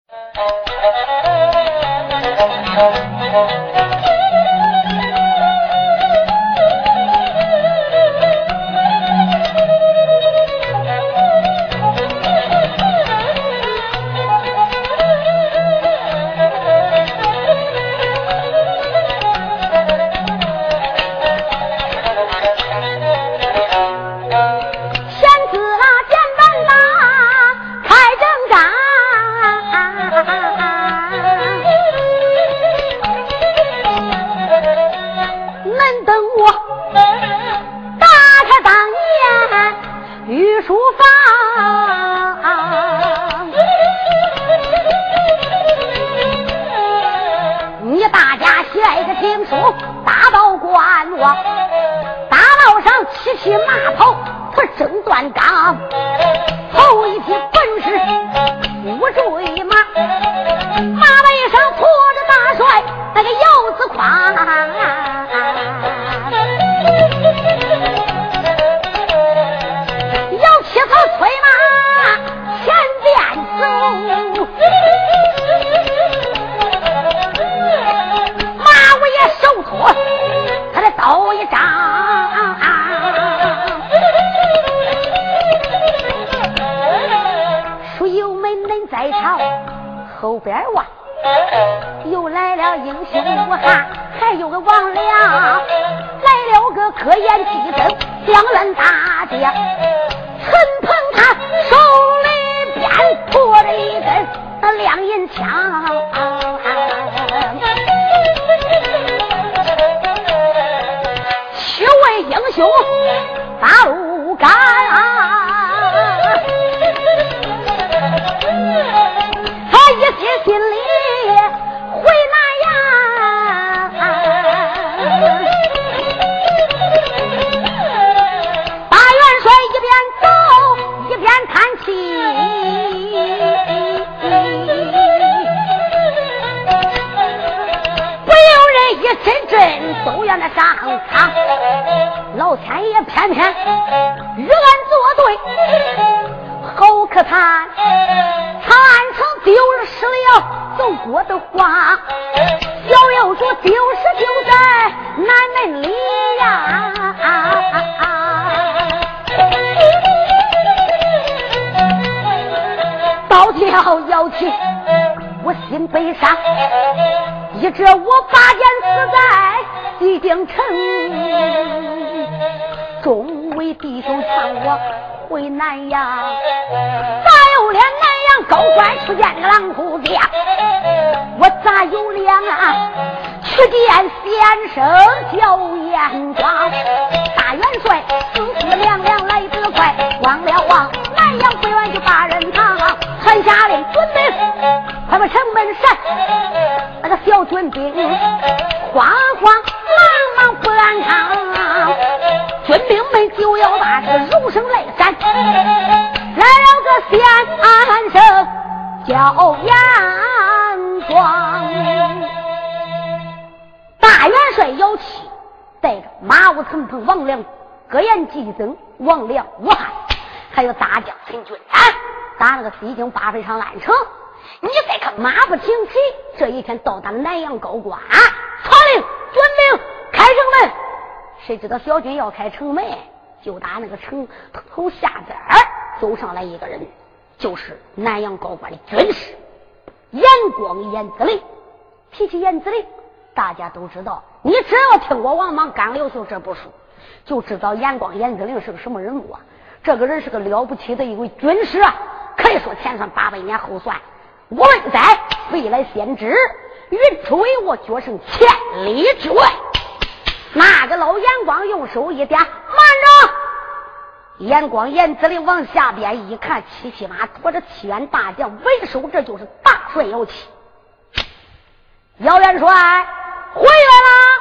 王良、武汉，还有大将陈俊打那个西京八非常烂城。你再看马不停蹄，这一天到达南阳高官，传令军令开城门。谁知道小军要开城门，就打那个城头下边走上来一个人，就是南阳高官的军师严光严子陵。提起严子陵，大家都知道，你只要听过王莽干刘秀这部书，就知道严光严子陵是个什么人物啊。这个人是个了不起的一位军师啊，可以说前算800年，后算无论在未来先知，云出为我决胜千里之外。那个老严光用手一点，慢着！严光严子陵往下边一看，七七八驮着7员大将为首，这就是大帅姚启。姚元帅回来了。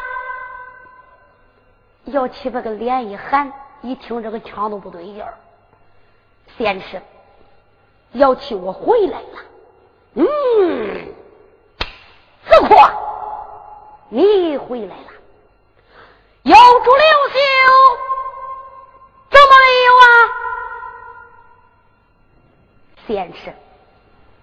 姚启把个脸一喊，一听这个腔都不对劲儿。先生，姚启我回来了。子阔，你回来了。姚主刘秀怎么没有啊？先生，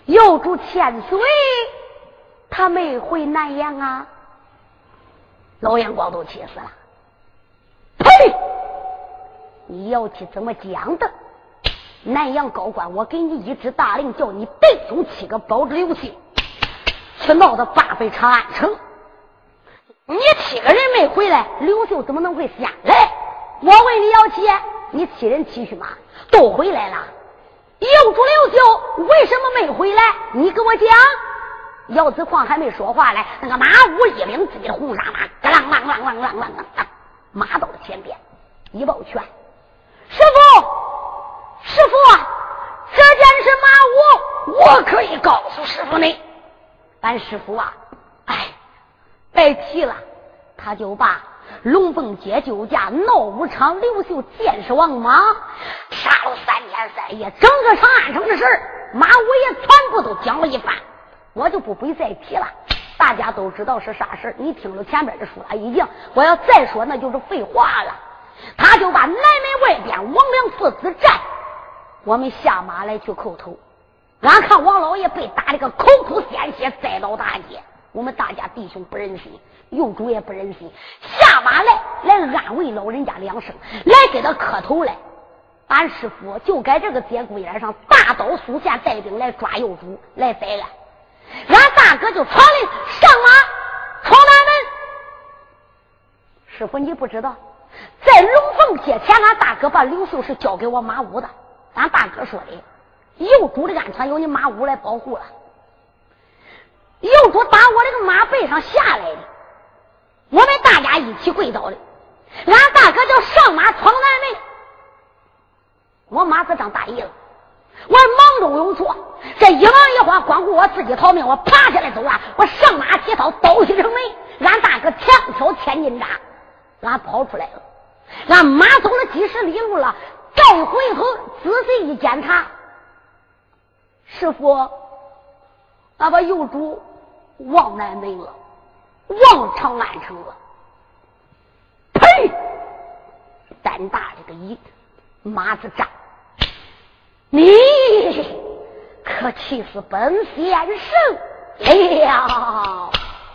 有主千岁，他没回南阳啊！老阳光都气死了。呸！你要去怎么讲的？南阳高官，我给你一支大令，叫你带走7个保着刘秀，去闹到八非长安城。你7个人没回来，刘秀怎么能会先来？我问你要去，你7人7匹马都回来了，有主刘秀为什么没回来？你给我讲。姚子矿还没说话来，那个马五一领自己的红纱马，啷啷啷啷啷啷啷，马到了前边，一抱拳：“师傅，师傅啊，这件事马五，我可以告诉师傅你。俺师傅啊，别提了，他就把龙凤街酒驾闹武场刘秀见识王马杀了3天3夜，整个长安城的事马五爷全部都讲了一番。我就不必再提了，大家都知道是啥事，你听了前边的说了已经，我要再说那就是废话了。他就把南门外边王良父子站，我们下马来去叩头。俺看王老爷被打了个口吐鲜血，栽倒大街，我们大家弟兄不忍心，幼主也不忍心，下马来安慰老人家2声，来给他磕头来。俺师傅就该这个节骨眼上，大刀速下带兵来抓幼主，来宰俺。俺大哥就传令上马闯南门。师傅你不知道，在龙凤街前，俺大哥把刘秀是交给我马武的。俺大哥说的，幼主的安全由你马武来保护了。幼主打我这个马背上下来的，我们大家一起跪倒的。俺大哥就上马闯南门，我马子长大意了，我忙中有错，这一忙一慌，光顾我自己逃命，我爬下来走啊！我上马铁刀刀起城门，俺大哥强挑千斤扎，俺跑出来了。俺马走了几十里路了，再回头仔细一检查，师傅，俺把幼主往南门了，往长安城了。呸！胆大这个一马子长，你可气死本先生了。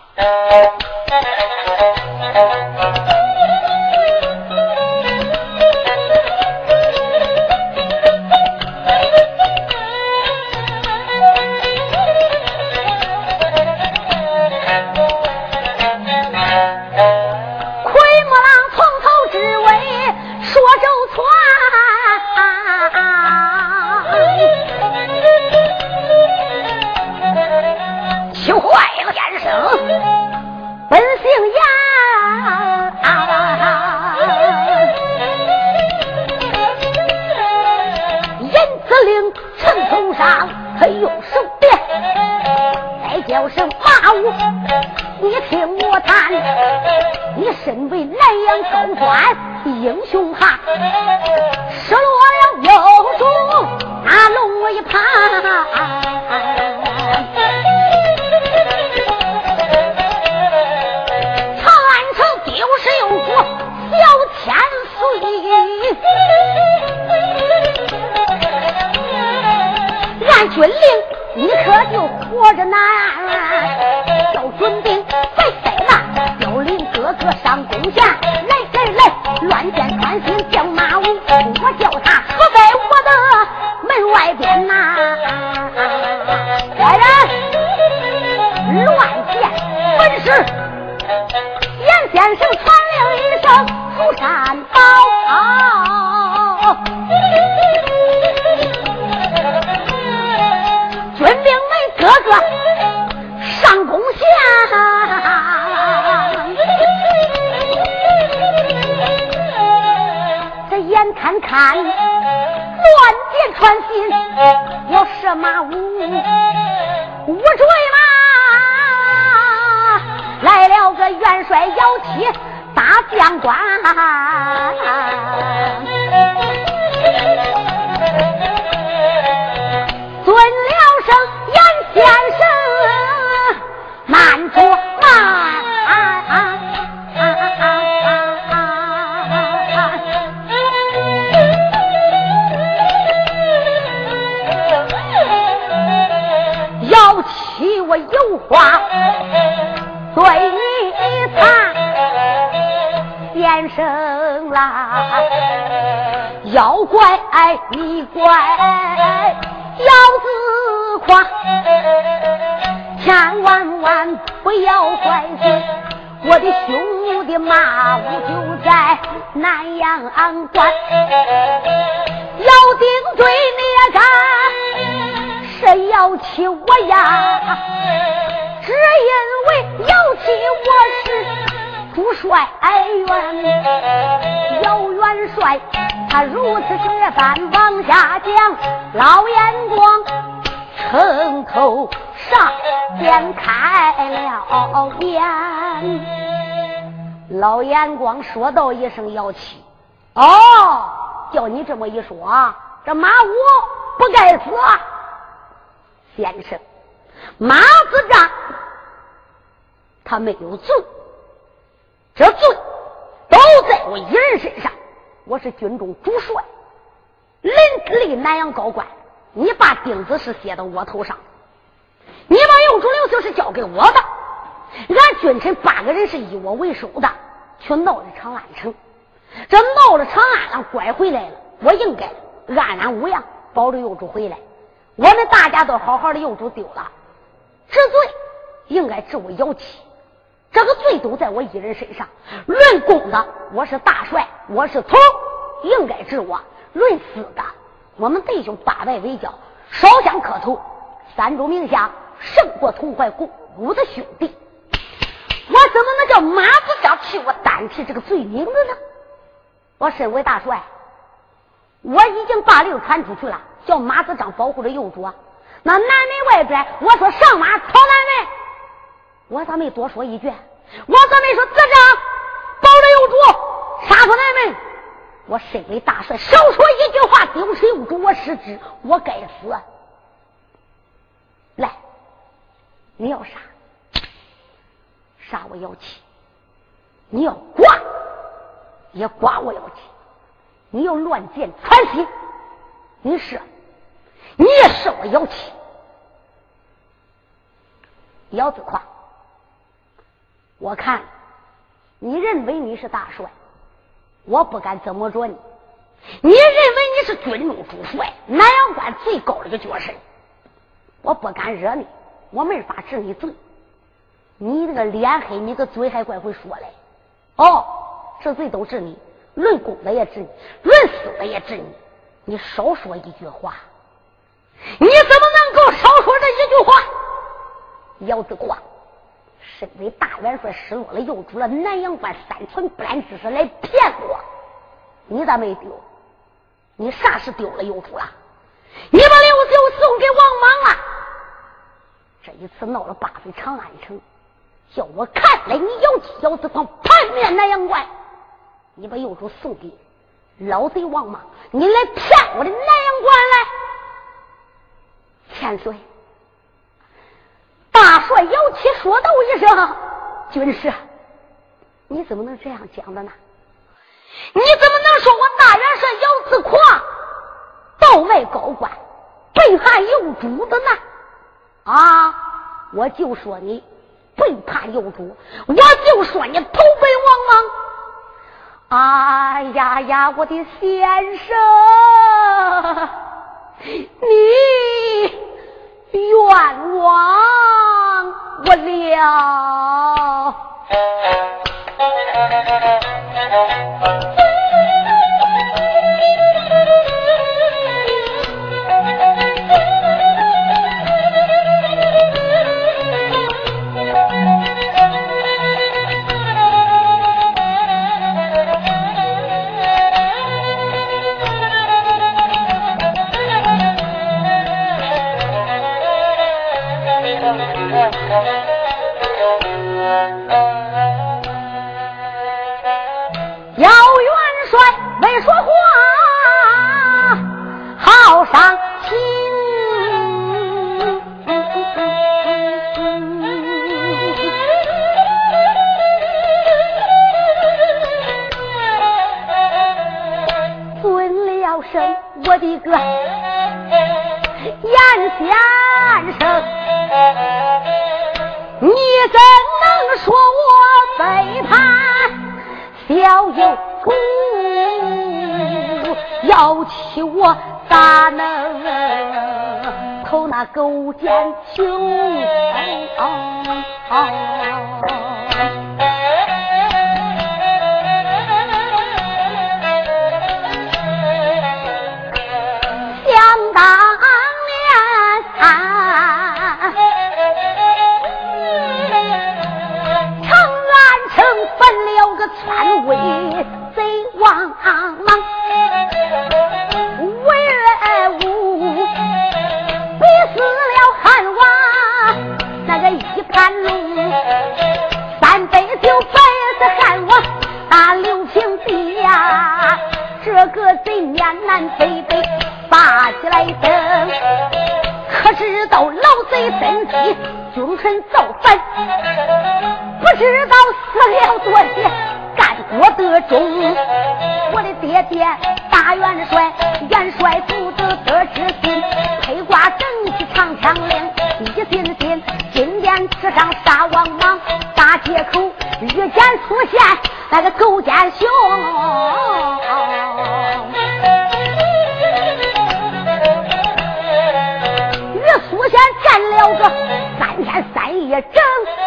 本姓杨，银子令城头上他用手别，再叫声马武，你听我谈，你身为南阳高官英雄汉，失落了有主那龙尾盘。按军令，你可就活着难。要准兵别塞那，标领哥哥上弓箭，来，乱箭穿心将马武，我叫他死在我的门外边呐。来人，乱箭分尸。严先生传令一声，出山报。军兵们个个上弓弦，这眼看看乱箭穿心，要射马武坠马，来了个元帅摇旗大将官。尊了声严先生慢着慢， 有话对你谈，先生啦，要怪你怪要自夸，千万不要怪罪。我的兄弟马武就在南阳关，要定罪孽债谁要起我呀？只因为要起我是主帅元，姚元帅他如此这般往下讲，老眼光城头上便开了眼。老眼光说道一声要起，叫你这么一说，这马武不该死啊！先生，马子丈他没有罪，这罪都在我一人身上。我是军中主帅，临南阳高官，你把钉子是写到我头上，你把右主领袖是交给我的，俺君臣8个人是以我为首的，去闹了长安城。这闹了长安了，拐回来了，我应该安然无恙，保着幼主回来。我们大家都好好的，幼主丢了，这罪应该治我姚启，这个罪都在我一人身上。论功的，我是大帅，我是头，应该治我；论死的，我们弟兄8拜为交，烧香磕头，3炷冥想，胜过同怀鼓舞的兄弟。我怎么能叫马子丈替我担起这个罪名的呢？我身为大帅，我已经把令传出去了，叫马子丈保护着幼主啊。那南门外边，我说上马朝南门，我咋没多说一句？我咋没说子丈保着幼主杀出南门？我身为大帅，少说一句话丢失幼主，我失职，我该死。来，你要杀我姚启，你要剐也剐我姚启，你要乱箭穿心，你也是我姚启。姚子夸，我看你认为你是大帅，我不敢这么着你。你认为你是军中主帅，南阳关最高的一个角色，我不敢惹你，我没法治你罪。你那个脸黑，你个嘴还怪会说嘞。这罪都治你，论功的也治你，论死的也治你。你少说一句话，你怎么能够少说这一句话？姚子光身为大元帅，失落了幼主了，南阳关3寸不烂之事来骗我，你咋没丢？你啥时丢了幼主了？你把刘秀送给王莽了。这一次闹了8岁长安城，叫我看来你姚子光叛灭南阳关，你把幼主送给老贼王莽，你来骗我的南阳关来。千岁，大帅姚启说道一声，军师，你怎么能这样讲的呢？你怎么能说我大元帅姚子狂盗卖高官，背叛幼主的呢？我就说你背叛幼主，我就说你投奔王莽。哎呀，我的先生，你冤枉我了。姚元帅没说话，好伤心。尊了声我的个严先生， 你怎能说我背叛小有功？要欺我咋能投那狗奸情？想当年长安城分了个篡位贼王莽，为人物逼死了汉王那个一盘龙，3杯酒白死汉王大刘平地呀，这个贼面南北北拔起来灯，可知道老贼登基君臣造反，不知道死了多些干国得中。我的爹爹大元帅不得知心，配挂正气长枪令，一心心金殿之上杀王莽，大街口日间出现那个狗奸雄，与苏贤战了个3天3夜整，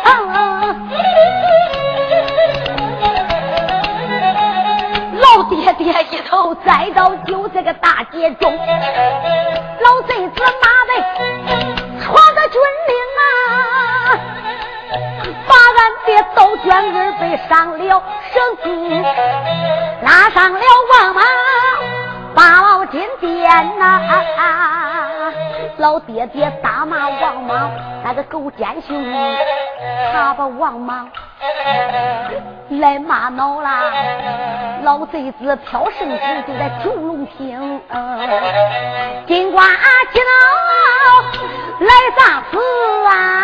老爹爹一头栽到就这个大街中，老贼子马贼闯的军令啊，把俺爹刀卷儿被上了绳，拉上了王莽把老金殿呐，老爹爹大骂王莽那个狗奸雄，他把王莽来骂恼了，老贼子飘圣旨就在九龙亭，金瓜金刀来杀死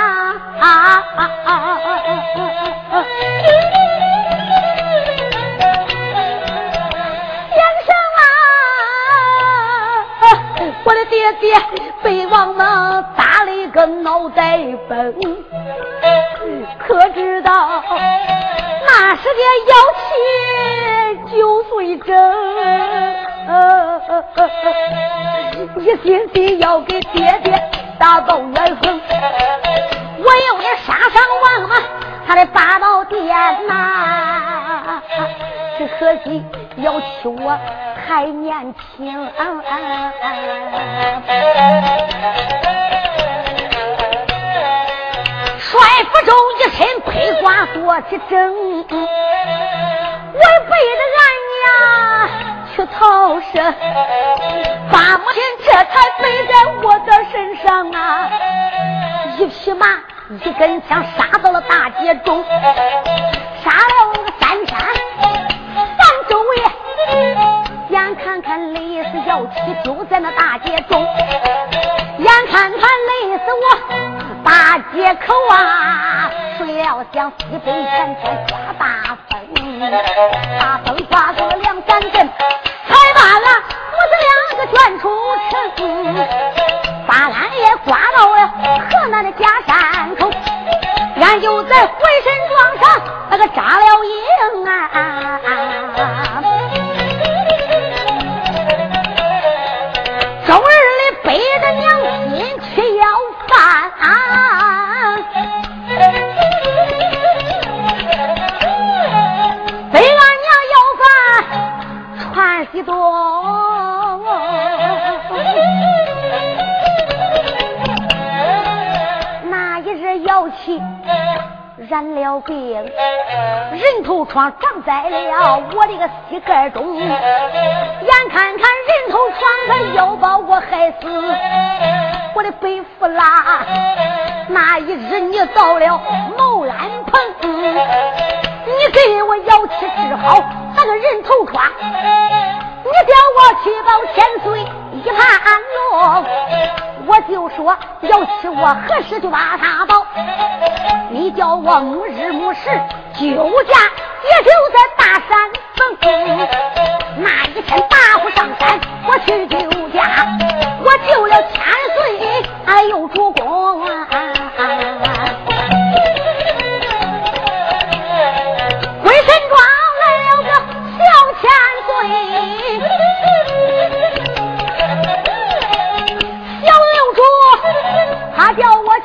先生我的爹爹被王莽打了一个脑袋崩，可知道那时间要起9岁整，一心心要给爹爹打到远横，我有点杀上王莽他的八宝殿呐，只可惜要求我还年轻，帅府中一身披挂做起整，我背着俺娘去逃生，把母亲这才背在我的身上啊，一匹马一根枪杀到了大街中，杀了个3天3昼夜，眼看看累死要起就在那大街中，眼看看累死我大街口啊，谁料想西北前天刮大风，大风刮过了2、3阵，才把俺母子2个卷出城，把俺也刮到了河南的假山口，俺就在回身庄上那个扎了营啊，周日里背着娘亲去要饭背俺娘要饭传喜多，那一日要起染了病，人头疮长在了我这个膝盖中，眼看看人头疮他要把我害死，我的背负啦，那一日你到了毛兰棚，你给我药气治好那个人头疮，你叫我去到千岁一盘龙，我就说要气我何时就把他保，你叫我母日母时救驾，也就在大山峰，那一天大虎上山我去救驾，我救了千岁还有主公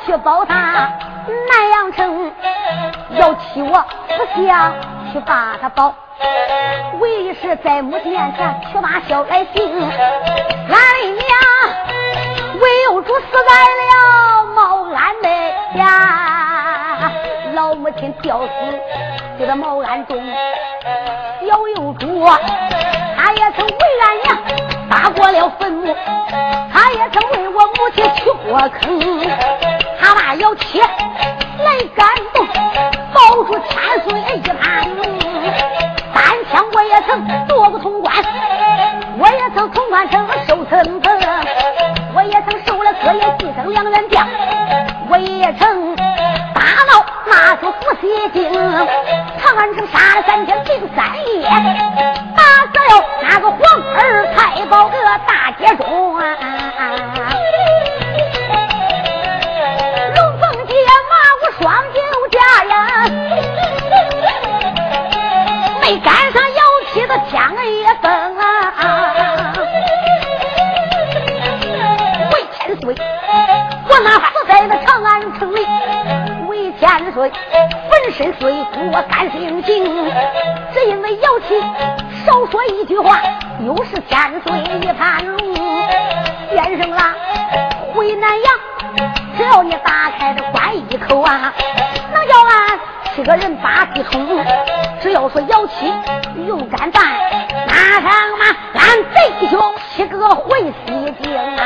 去保他南阳城，要欺我不想去把他保，为是在母面前去把小来行。俺的娘唯有主死在了毛安内呀，老母亲吊死就在毛安中，小幼主他也曾为俺娘打过了坟墓，他也曾为我母亲去过坑，他把要切来感动，保住千岁一盘龙。单枪我也曾做过通关，我也曾通关成受层层，我也曾受了4爷继承2员将，我也曾打闹拿出伏羲经，长安城杀了3天定3夜，打死了那个皇儿太保个大街中啊。龙凤姐马无双救家呀，没赶上摇旗的江也风啊。为千岁我那死在了长安城里，为千岁浑身碎骨我甘心情，只因为摇旗少说一句话，又是千岁一盘龙。先生啦，回南阳只要你打开这关一口啊，能叫俺7个人8地通，只要说摇旗勇敢办，拿上嘛俺弟兄7个回西京啊。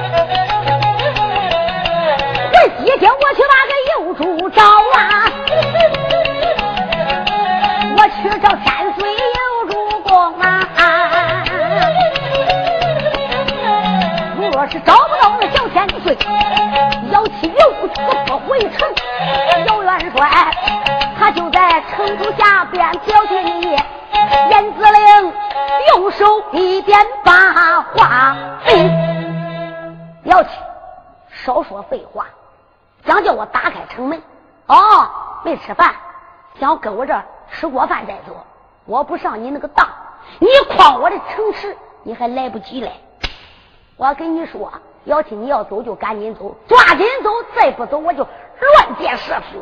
回西京我去把个幼主找啊，我去找3岁幼主公啊。如若是找不到那小千岁，摇旗幼主不回城，姚元帅他就在城主下边表现你严子陵用手一边把话摇旗少说废话，想叫我打开城门哦，没吃饭，想跟我这儿吃过饭再走，我不上你那个当，你诓我的城池你还来不及嘞。我跟你说，摇旗你要走就赶紧走，抓紧走，再不走我就乱箭射死。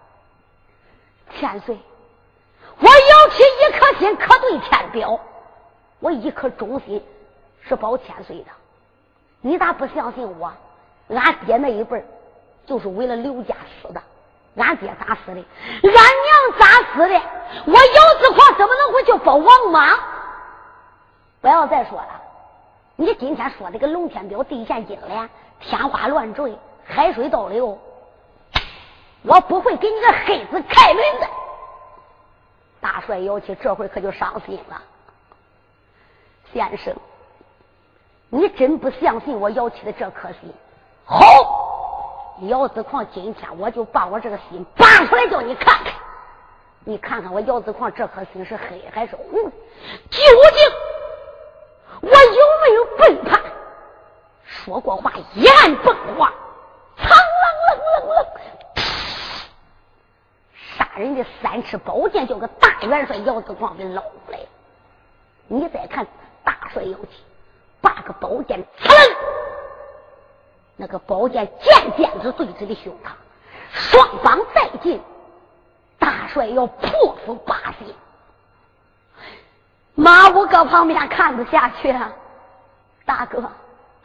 千岁，我摇旗一颗心可对天表，我一颗忠心是保千岁的，你咋不相信我？俺爹那一辈就是为了刘家死的，俺爹咋死的？俺娘咋死的？我姚子狂怎么能会去保王莽？不要再说了，你今天说这个龙天表地陷金莲天花乱坠海水倒流，我不会给你个黑子开轮的。大帅姚旗这回可就伤心了，先生你真不相信我姚旗的这颗心？好，姚子狂今天我就把我这个心拔出来叫你看看，你看看我姚子狂这颗心是黑还是红，究竟我有没有背叛？说过话一按崩话，苍啷杀人的3尺宝剑叫个大元帅姚子狂给捞回来。你再看大帅姚旗把个宝剑刺楞，那个宝剑渐渐子对着的胸膛，双方再进，大帅要破釜8心。马武搁旁边看不下去啊，大哥慢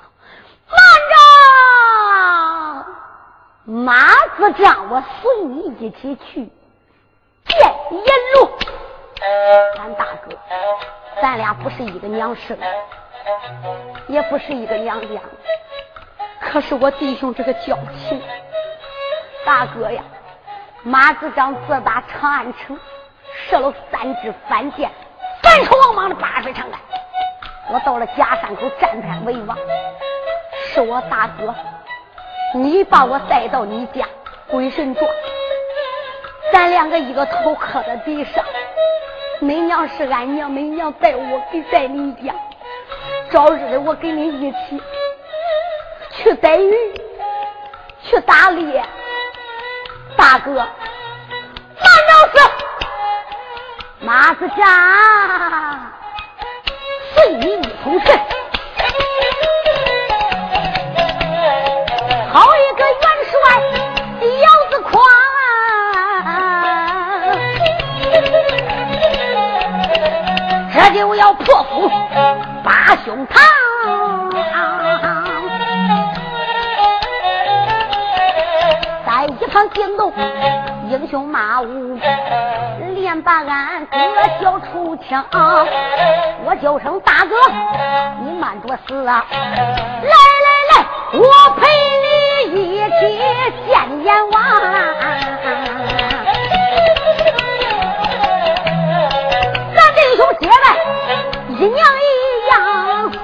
着，马子长我随你一起去见阎罗。俺大哥咱俩不是一个娘生，也不是一个娘家，可是我弟兄这个交情，大哥呀，马子长自打长安城射了3支反箭，反出王莽的8水长安，我到了假山口战败为王，是我大哥你把我带到你家鬼神庄，咱2个一个头磕在地上，没娘是俺娘，没娘带我给在你家，早日的我跟你一起去逮鱼去打猎。大哥慢着死，马子长随你一同去。好一个元帅胸膛，在一旁惊动英雄马武，连把俺哥叫出枪，我叫声大哥，你慢着死啊！来，我陪你一起见阎王。咱弟兄姐妹一娘一样，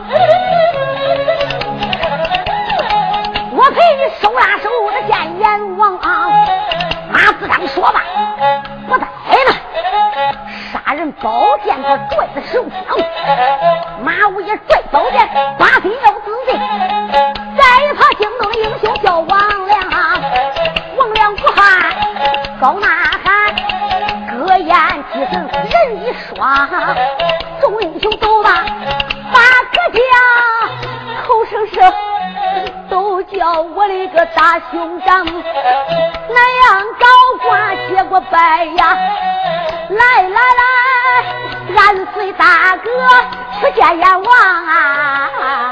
我陪你手拉手的见阎王啊！马子刚说吧，不在呢，杀人宝剑他拽在手枪，马武也拽宝剑，把心要自尽。在一旁惊动的英雄叫王良，王良不喊高呐喊，各言几声人一双，众英雄都把各家口声声都叫我的个大兄长，南阳高官接过拜呀，来，俺随大哥去见阎王啊！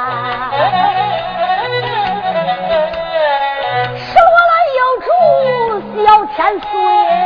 是我了有主小千岁，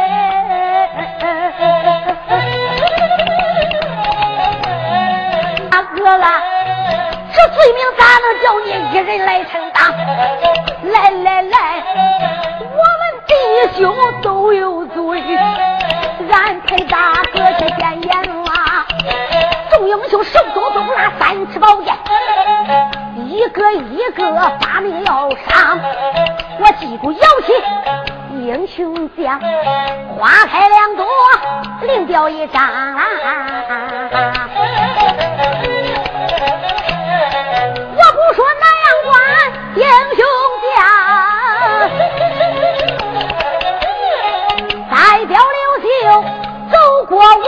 大哥啦，这罪名咋能叫你一人来承担？来，我们弟兄都有罪，俺陪大哥去见阎王。众英雄手中都拿3尺宝剑，一个一个把命要上。我击鼓摇旗英雄将，花开2朵另表一张。我不说南阳关英雄将，代表刘秀走过王。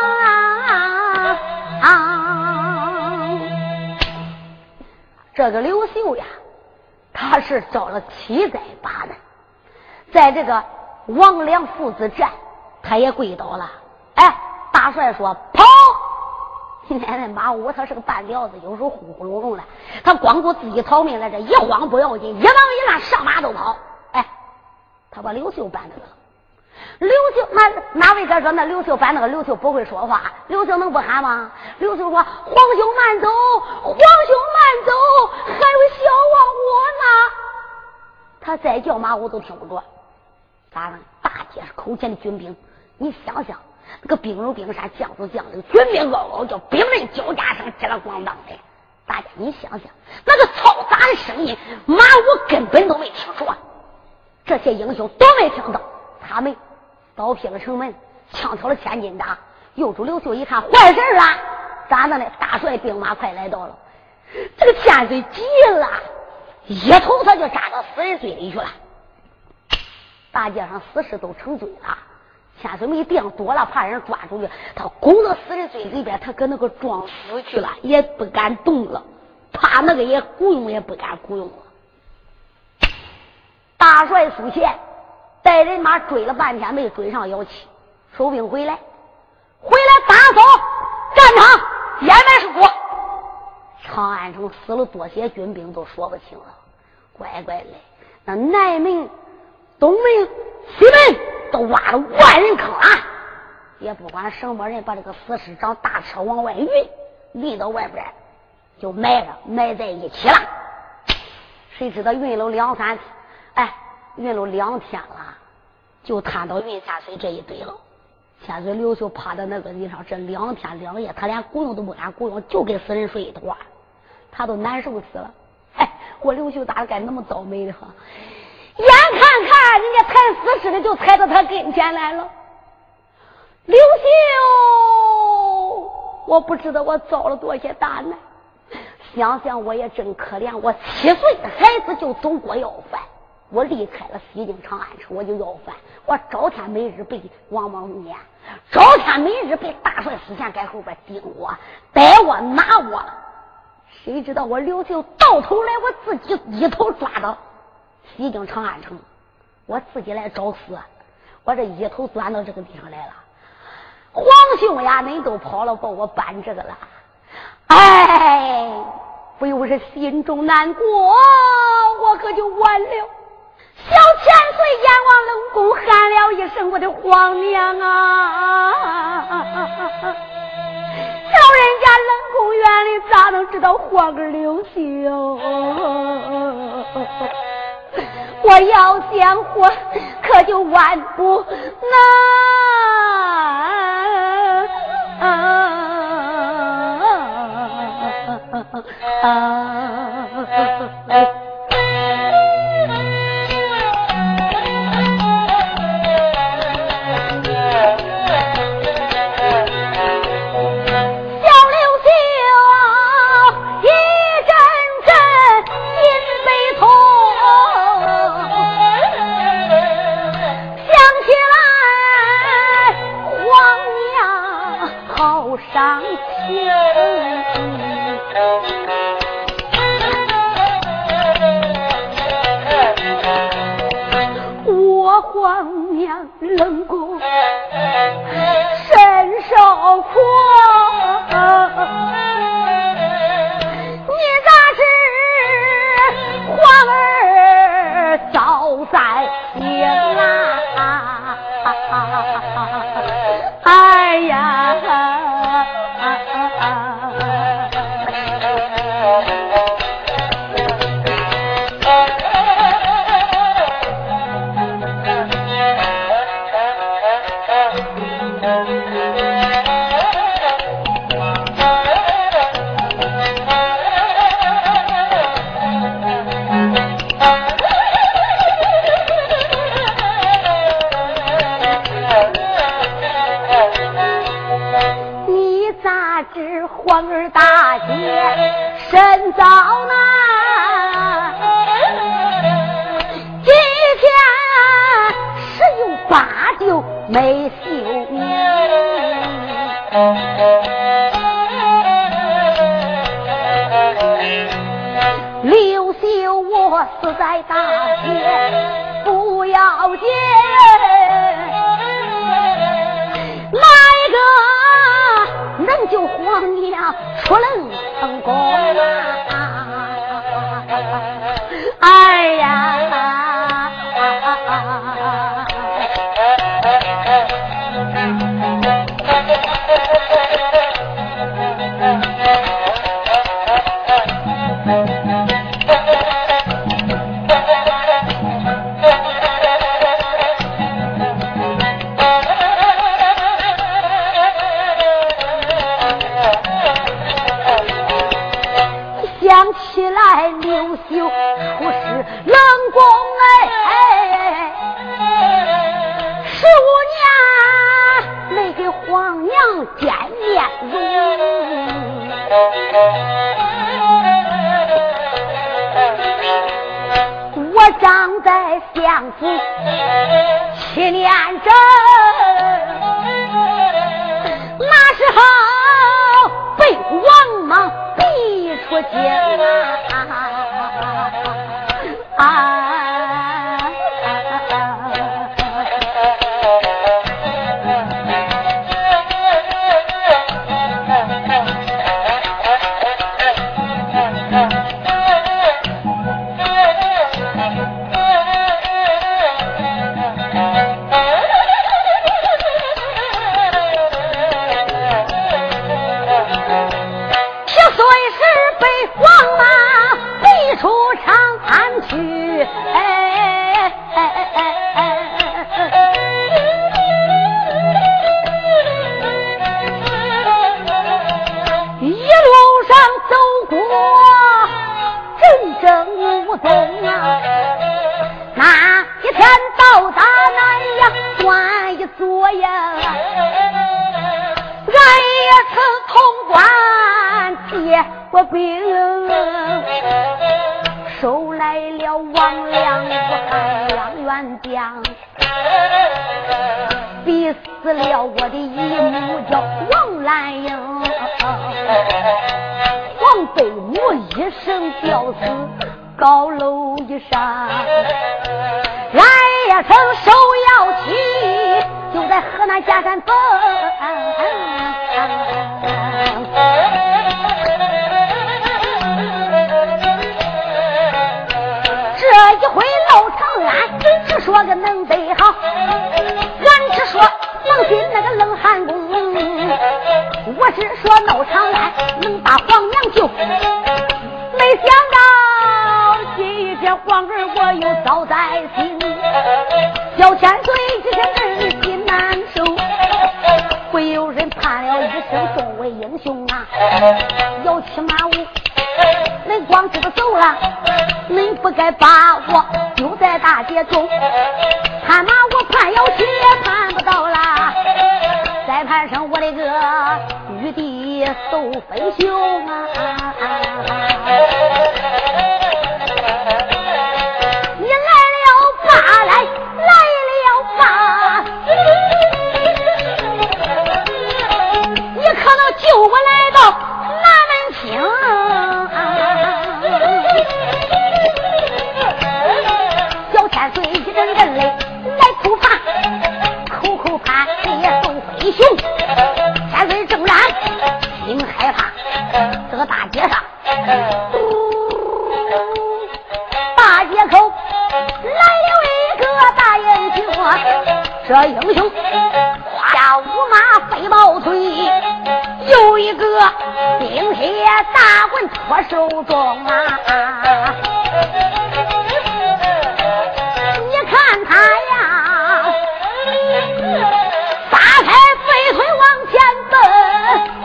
这个刘秀呀，他是遭了7灾8难，在这个王良父子战他也跪倒了。大帅说跑，奶奶马武他是个半吊子，有时候呼呼隆隆的，他光顾自己逃命来，这一慌不要紧，一忙一乱上马都跑。他把刘秀办那个刘秀，哪位哥说那刘秀办那个刘秀不会说话，刘秀能不喊吗？刘秀说皇兄慢走，皇兄慢走，还有小王我呢。他再叫马武都听不着。咋了？大街是口前的军兵，你想想那个兵如冰山，将如将领，军兵嗷嗷叫，兵刃交加声叽啦咣当的。大家你想想那个嘈杂的声音，马武根本都没听说，这些英雄都没听到，他们倒劈了城门，枪挑了千斤打。右主刘秀一看坏事了，咋的呢？大帅兵马快来到了，这个千岁急了，一头他就扎到死人堆里去了。大街上死尸都成堆了，千岁没定多了，怕人抓住去，他拱到死人堆里边，他搁那个装死去了，也不敢动了，怕那个也雇佣也不敢雇佣了。大帅苏贤带人马追了半天没追上姚旗，收兵回来打扫战场，掩埋是果。长安城死了多些军兵都说不清了，乖嘞，那南门东门西门都挖了万人坑啊，也不管什么人把这个死尸找大车往外运到外边就埋在一起了。谁知道运了2、3运了2天了，就探到运千岁这一堆了。千岁刘秀趴在那个地上，这2天2夜，他连雇佣都不敢雇佣，就跟死人睡一坨，他都难受死了。我刘秀咋该那么倒霉的哈？眼看人家抬死尸的就抬到他跟前来了。刘秀，我不知道我遭了多些大难，想想我也真可怜，我7岁的孩子就走过要饭，我离开了西京长安城，我就要饭，我朝天每日被王莽撵，朝天每日被大帅司前在后边盯我逮我拿我，谁知道我刘秀到头来我自己一头抓到西京长安城，我自己来找死，我这一头钻到这个地方来了。皇兄呀，恁都跑了，把我搬这个了。 哎，不由是心中难过，我可就完了。小千岁阎王冷宫喊了一声：“我的皇娘啊！”老人家冷宫院里咋能知道皇儿流血哦？我要想活，可就万不能。伤心，我皇娘冷宫深受苦，你咋是皇儿遭灾情啊？哎呀！皇儿大姐身遭难，今天十有八九没休眠。刘秀我死在大街不要紧，来个能救皇娘出冷成功啊！哎呀！想起来刘秀出使冷宫15年没给皇娘见面容，我长在相府7年整，那时候被王莽逼出京我兵收来了王良不汉杨元将，逼死了我的姨母叫王兰英，黄贝母一声吊死高楼一上，来呀成手摇旗就在河南下山峰。 能得好，俺只说能进那个冷寒宫，我只说闹长安能把皇娘救，没想到今天皇儿我又遭灾心，小千岁这些人心难受，会有人叹了一声众位英雄啊，摇骑马舞，恁光知道走了，恁不该把我丢在大街中，盼马我盼要去也盼不到啦，再盼上我的个玉帝斗飞熊啊，你来了吧，来了吧，你可能救我来到南门厅，小千岁一阵阵泪来哭盼，口口盼你斗飞熊，千岁正然心害怕，这个大街上大街口来了一个大英雄，这英雄下五马飞毛腿，有一个冰铁大棍托手中啊，你看他呀撒开飞腿往前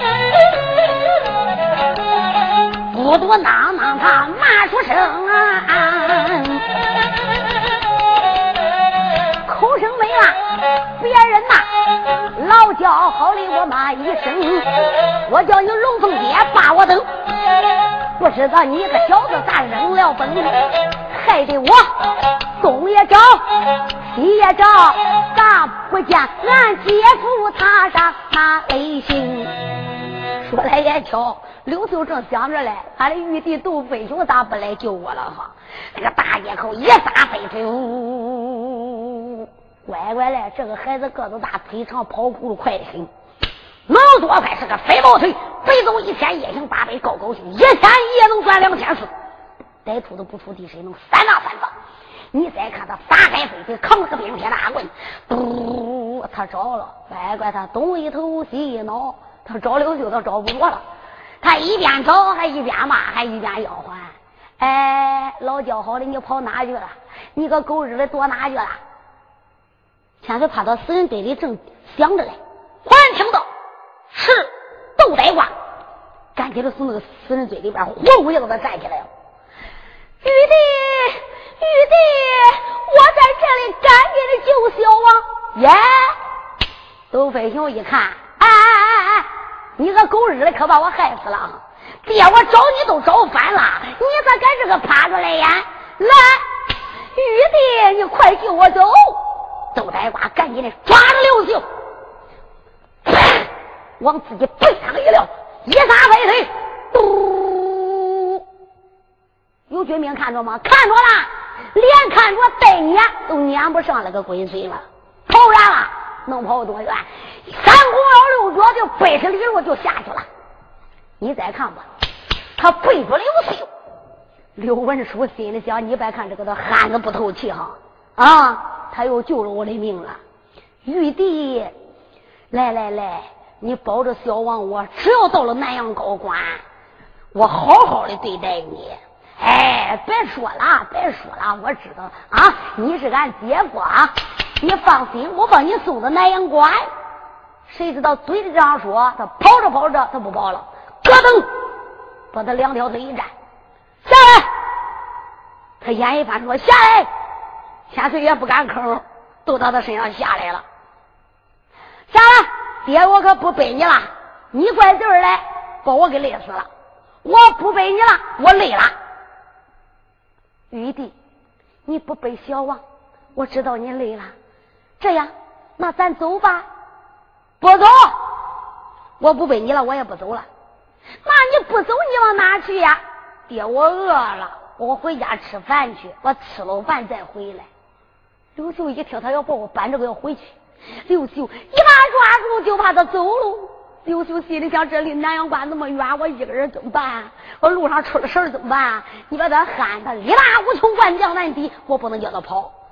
奔，不多囔囔他骂出声啊，口声没了，别人呐老叫好的我骂一声，我叫你龙凤姐把我等，不知道你个小子咋扔了本，害得我东也找西也找，咋不见俺姐夫踏上那雷行。说来也巧，刘秀正想着嘞，俺的玉帝斗飞熊咋不来救我了哈？那个大街口一撒飞腿，乖乖嘞，这个孩子个子大，腿长，跑步路快得很，脑多快，是个飞毛腿，北走1000，夜行800，高高兴，1天也能赚2400，歹徒都不出地，谁能3打3放？你再看他撒开飞腿，扛着个冰铁大棍，嘟，他找了，乖乖，他东一头西一脑，他找刘秀，他找不着了，他一边找还一边骂，还一边吆喝，哎，老叫好的，你跑哪去了？你个狗日的躲哪去了？千岁怕到死人堆里正想着嘞，忽然听到是窦呆瓜，赶紧的从那个死人堆里边火舞一子的站起来了。玉帝，玉帝，我在这里赶紧的救小王耶！窦飞熊一看，哎，你个狗日的可把我害死了，爹我找你都找反了，你咋敢这个趴着来呀？来，玉帝，你快救我走！窦呆瓜赶紧的抓着刘秀，往自己背上一撂，一撒飞腿，嘟！有军兵看着吗？看着了，连看着带撵都撵不上那个龟孙了，跑远了，能跑多远？三公老六脚就背着李路就下去了。你再看吧，他背着刘秀，刘文书心里想：你别看这个他汉子不透气哈啊！他又救了我的命了，玉帝，来，你保着小王，我只要到了南阳高官，我好好的对待你。哎，别说了，我知道啊，你是俺姐夫啊，你放心，我把你送到南阳关。谁知道嘴里这样说，他跑着他不跑了，咯噔，把他2条腿一站，下来。他眼一翻说下来。千岁也不敢吭，都到他身上下来了。下来，爹我可不背你了，你怪劲儿来把我给累死了，我不背你了，我累了。玉帝，你不背小王，我知道你累了，这样那咱走吧。不走，我不背你了，我也不走了。那你不走你往哪去呀？爹我饿了，我回家吃饭去，我吃了饭再回来。刘秀一听他要把我搬这个要回去，刘秀一把抓住就怕他走了。刘秀心里想，这离南阳关那么远，我一个人怎么办？我路上出了事怎么办？你把他喊他力大无穷，万将难敌，我不能叫他跑。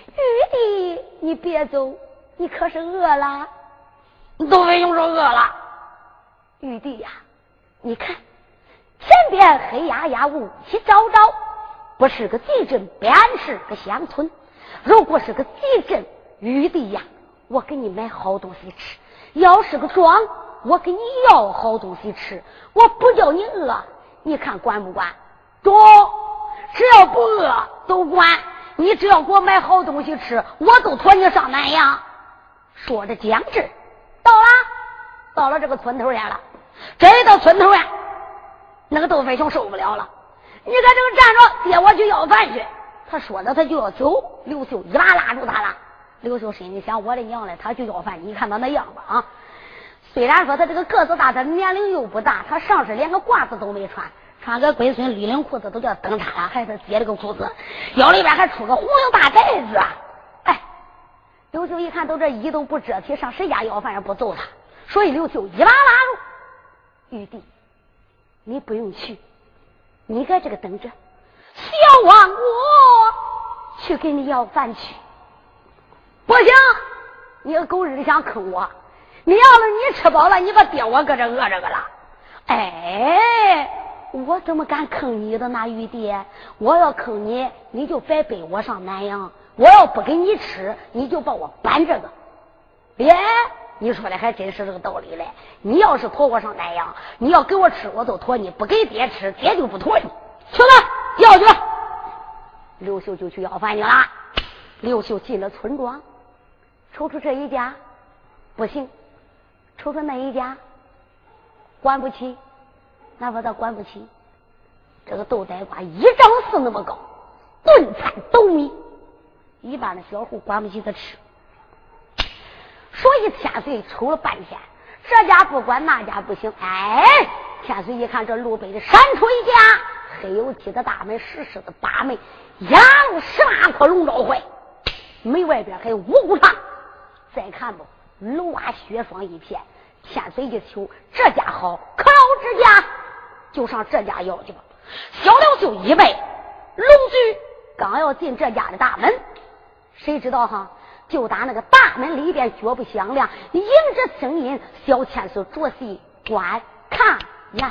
玉帝，你别走，你可是饿了？ 都飞兄说饿了。 玉帝呀，你看前边黑压压雾气昭昭，不是个地震，便是个乡村。如果是个地震，玉帝呀，我给你买好东西吃；要是个庄，我给你要好东西吃。我不叫你饿，你看管不管？中，只要不饿都管。你只要给我买好东西吃，我都驮你上南阳。说着将至，到了这个村头呀了。这到村头呀，那个窦飞雄受不了了，你在这个站着，爹我去要饭去。他说着他就要走，刘秀一把拉住他了。刘秀心里想，我的娘嘞，他就要饭，你看他那样子啊。虽然说他这个个子大，他年龄又不大，他上身连个褂子都没穿，穿个龟孙绿领裤子都叫灯叉了，还是接了个裤子，腰里边还出个红缨大袋子。哎，刘秀一看都这衣都不遮体，上谁家要饭也不揍他，所以刘秀一把拉住玉帝，你不用去，你在这个等着，小王我去给你要饭去。不行，你个狗日想坑我，你要是你吃饱了，你把爹我搁这饿着个了。哎，我怎么敢坑你的呢？玉帝，我要坑你，你就别背我上南阳；我要不给你吃，你就把我搬这个。别，你说的还真是这个道理嘞。你要是驮我上南阳，你要给我吃，我都驮你；不给爹吃，爹就不驮你。去吧，要去吧。刘秀就去要饭去了。刘秀进了村庄，瞅出这一家不行，瞅出那一家管不起，那不他管不起。这个豆呆瓜1丈4那么高，顿餐斗米，一般的小户管不起他吃。所以天水瞅了半天，这家不管那家不行。哎，天水一看这路北的闪出一家黑油漆的大门，石狮的八门，羊18颗龙爪槐，门外边还有五谷场。再看吧，楼瓦雪霜一片。天水一瞅，这家好，可劳之家，就上这家要去吧。小刘秀一迈龙驹，刚要进这家的大门，谁知道哈？就打那个大门里边脚步响亮，迎着声音，小千岁着戏观看呀。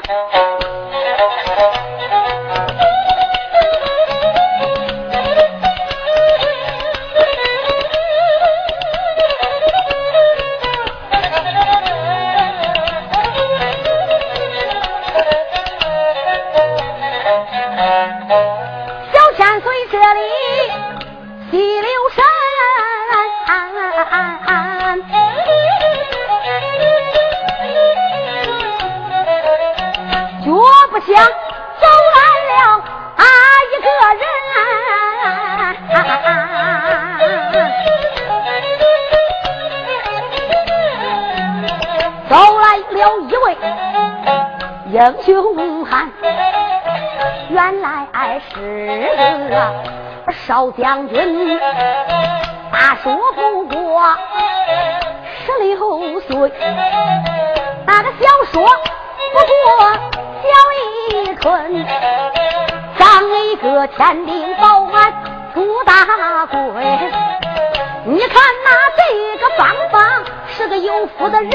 小千岁这里西流山，脚不响走来了一个人，走来了一位英雄汉，原来是个少将军，大说不过16岁，那个小说不过小一寸，长了一个天定保安朱大贵。你看那这个方方是个有福的人，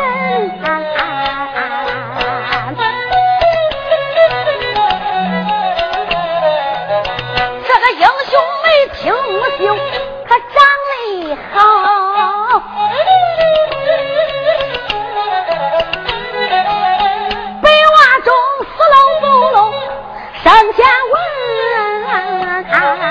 这个英雄没听秀，他长得好，白袜中死喽不喽上前问，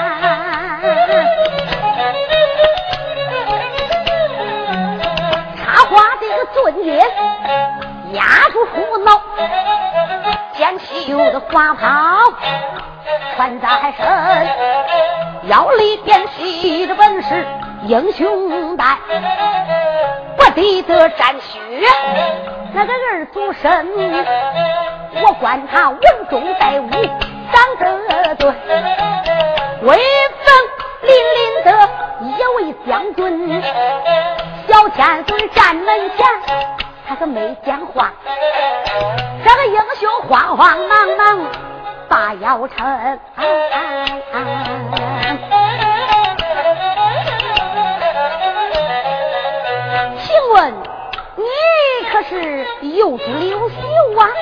插花这个尊爷压住胡闹，捡起我的花袍穿在身，腰里边系着本是英雄带，不敌得沾血那个人足身，我管他文中带武长得对，威风凛凛的一位将军，小千岁站门前他可没讲话，这个英雄慌慌忙忙把腰抻， 又是刘秀啊！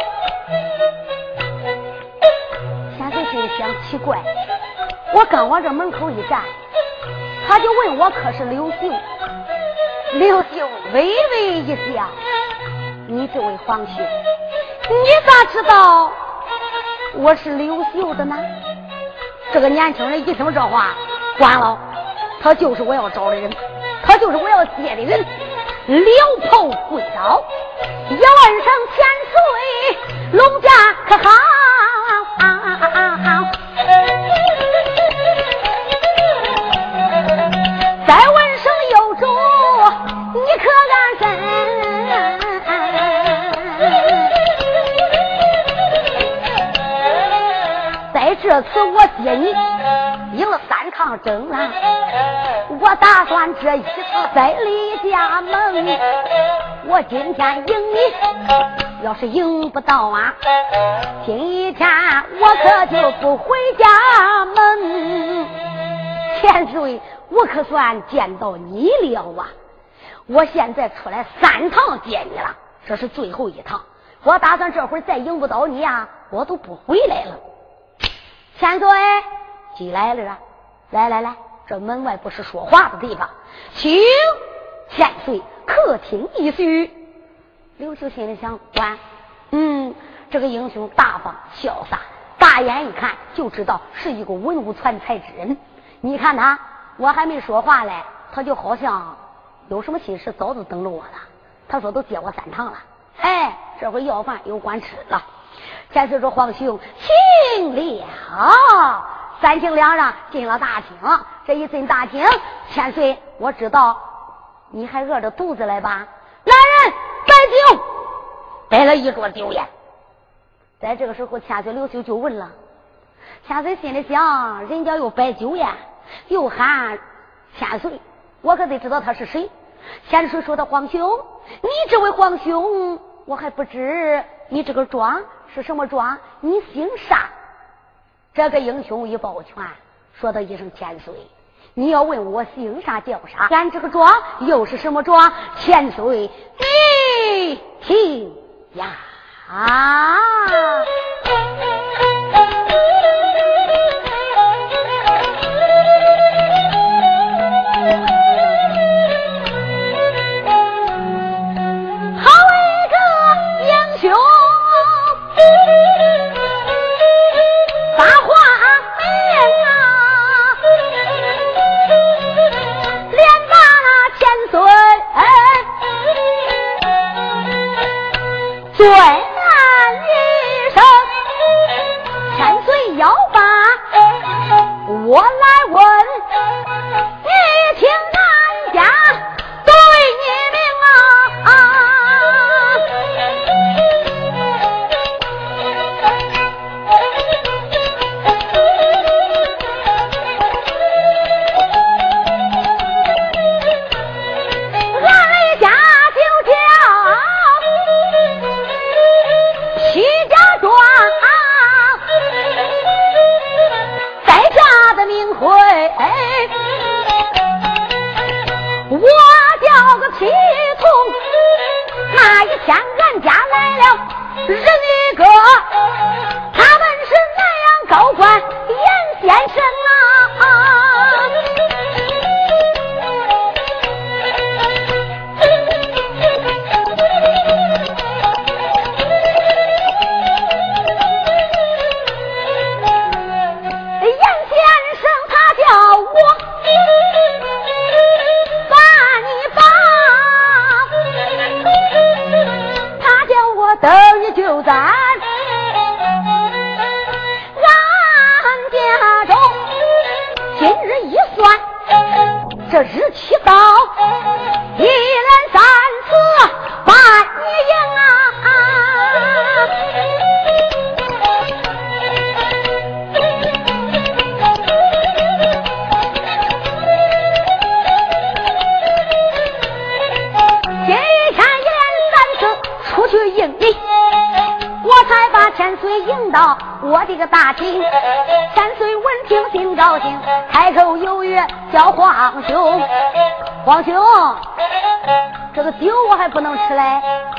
千岁心里想，奇怪，我刚往这门口一站，他就问我可是刘秀。刘秀微微一笑：“你这位皇兄，你咋知道我是刘秀的呢？”这个年轻人一听这话，完了，他就是我要找的人，他就是我要接的人。撩头跪倒，要问声千岁，龙家可好？再问声有主，你可安身？在这次我接你赢了3场争了，我打算这一次再离家门。我今天赢你，要是赢不到啊，今一天我可就不回家门。千岁，我可算见到你了啊！我现在出来3趟接你了，这是最后一趟。我打算这会儿再赢不到你啊，我都不回来了。千岁，进来了啊！来，这门外不是说话的地方，请千岁客厅一叙。刘秀心里想，这个英雄大方潇洒，大眼一看就知道是一个文武全才之人。你看他，我还没说话嘞，他就好像有什么心事，早就等着我了。他说都接我3趟了，这回要饭有官吃了。千岁说：“皇兄，请了。”3请2让进了大厅。这一进大厅，千岁，我知道你还饿着肚子来吧？来人，摆酒，摆了一桌酒宴。在这个时候，千岁刘秀就问了。千岁心里想，人家又摆酒宴，又喊千岁，我可得知道他是谁。千岁说的：“皇兄，你这位皇兄，我还不知你这个庄是什么庄，你姓啥？”这个英雄一抱拳，说的一声：“千岁，你要问我姓啥叫啥，俺这个庄又是什么庄？千岁，你听呀！”对俺一声，千岁要把我来问，你听俺家对你明啊！俺家就叫齐家庄，在家的名讳，我叫个皮童。那一天俺家来了人一个，他们是南阳高官严先生啊。等你就在俺家中，今日一算，这日期到，一连3次把你赢啊！今天一连3次出去赢你，我才把千岁迎到我这个大厅。千岁闻听心高兴，开口有约叫皇兄。皇兄，这个酒我还不能吃嘞，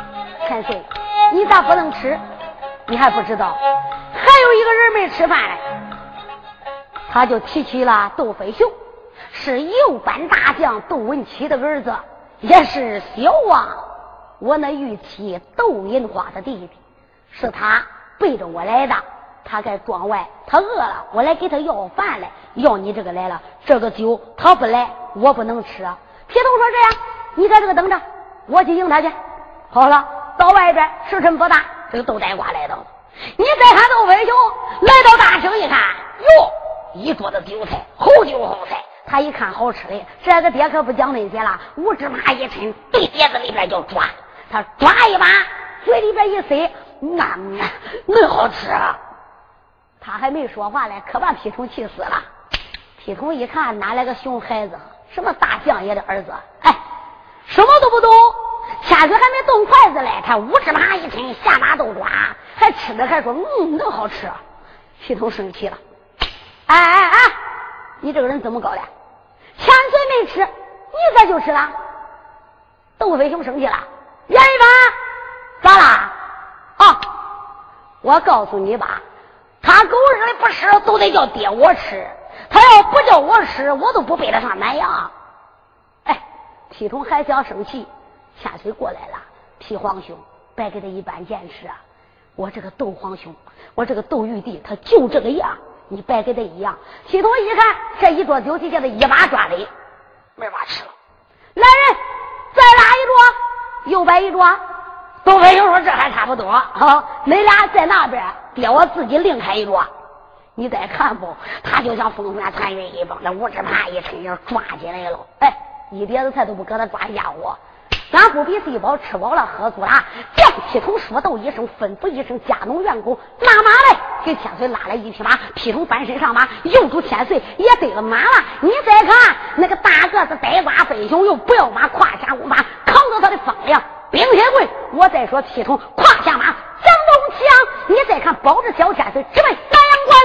千岁，你咋不能吃？你还不知道，还有一个人没吃饭嘞。他就提起了窦飞雄，是右班大将窦文琪的儿子，也是小王我那玉妻窦银花的弟弟，是他背着我来的。他在庄外，他饿了，我来给他要饭来，要你这个来了，这个酒他不来，我不能吃啊。皮头说这样，你在这个等着，我去迎他去。好了，到外边时辰不大，这个窦呆瓜来到了。你再看窦飞雄来到大厅一看，哟，一桌子酒菜，好酒好菜。他一看好吃的，这个爹可不讲那些了，五指麻一抻，对碟子里边就抓，他抓一把，嘴里边一塞，那好吃啊！他还没说话嘞，可把皮童气死了。皮童一看，哪来个熊孩子，什么大将爷的儿子，哎，什么都不懂，下嘴还没动筷子嘞，他五指麻一抻，下巴都抓，还吃着还说那好吃。皮童生气了，哎，你这个人怎么搞的？千岁没吃，你咋就吃了？窦飞雄生气了，演一把，咋啦？啊，我告诉你吧，他狗日的不吃都得叫爹我吃，他要不叫我吃，我都不背得上南阳。哎，皮童还想生气，千岁过来了，皮皇兄别给他一般见识啊！我这个窦皇兄，我这个窦玉帝，他就这个样，你别给他一样。皮童一看这一桌酒席，叫他一把抓累，没法吃了。来人，再拉一桌，又摆一桌。窦飞雄说这还差不多，好，你俩在那边，爹我自己另开一桌。你再看不，他就像风帆残云一般，那五指麻一抻就抓进来了。哎，一碟子菜都不搁他抓下火。咱不比睡饱，吃饱了喝足了，将皮童说道一声，吩咐一声，家奴员工拉马来，给千岁拉来一匹马。皮童翻身上马，又住千岁也对了马了。你再看那个大个子呆瓜飞熊，又不要马，胯下无马，扛着他的方梁冰铁棍。我再说皮童胯下马，掌中枪。你再看包着小千岁直奔南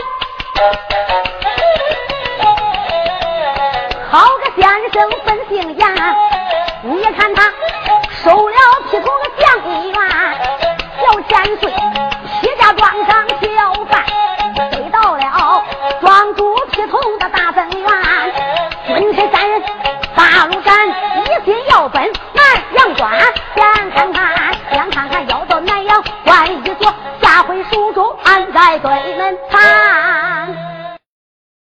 阳关。好个先生本姓杨，你看他收了皮童的将一员，小千岁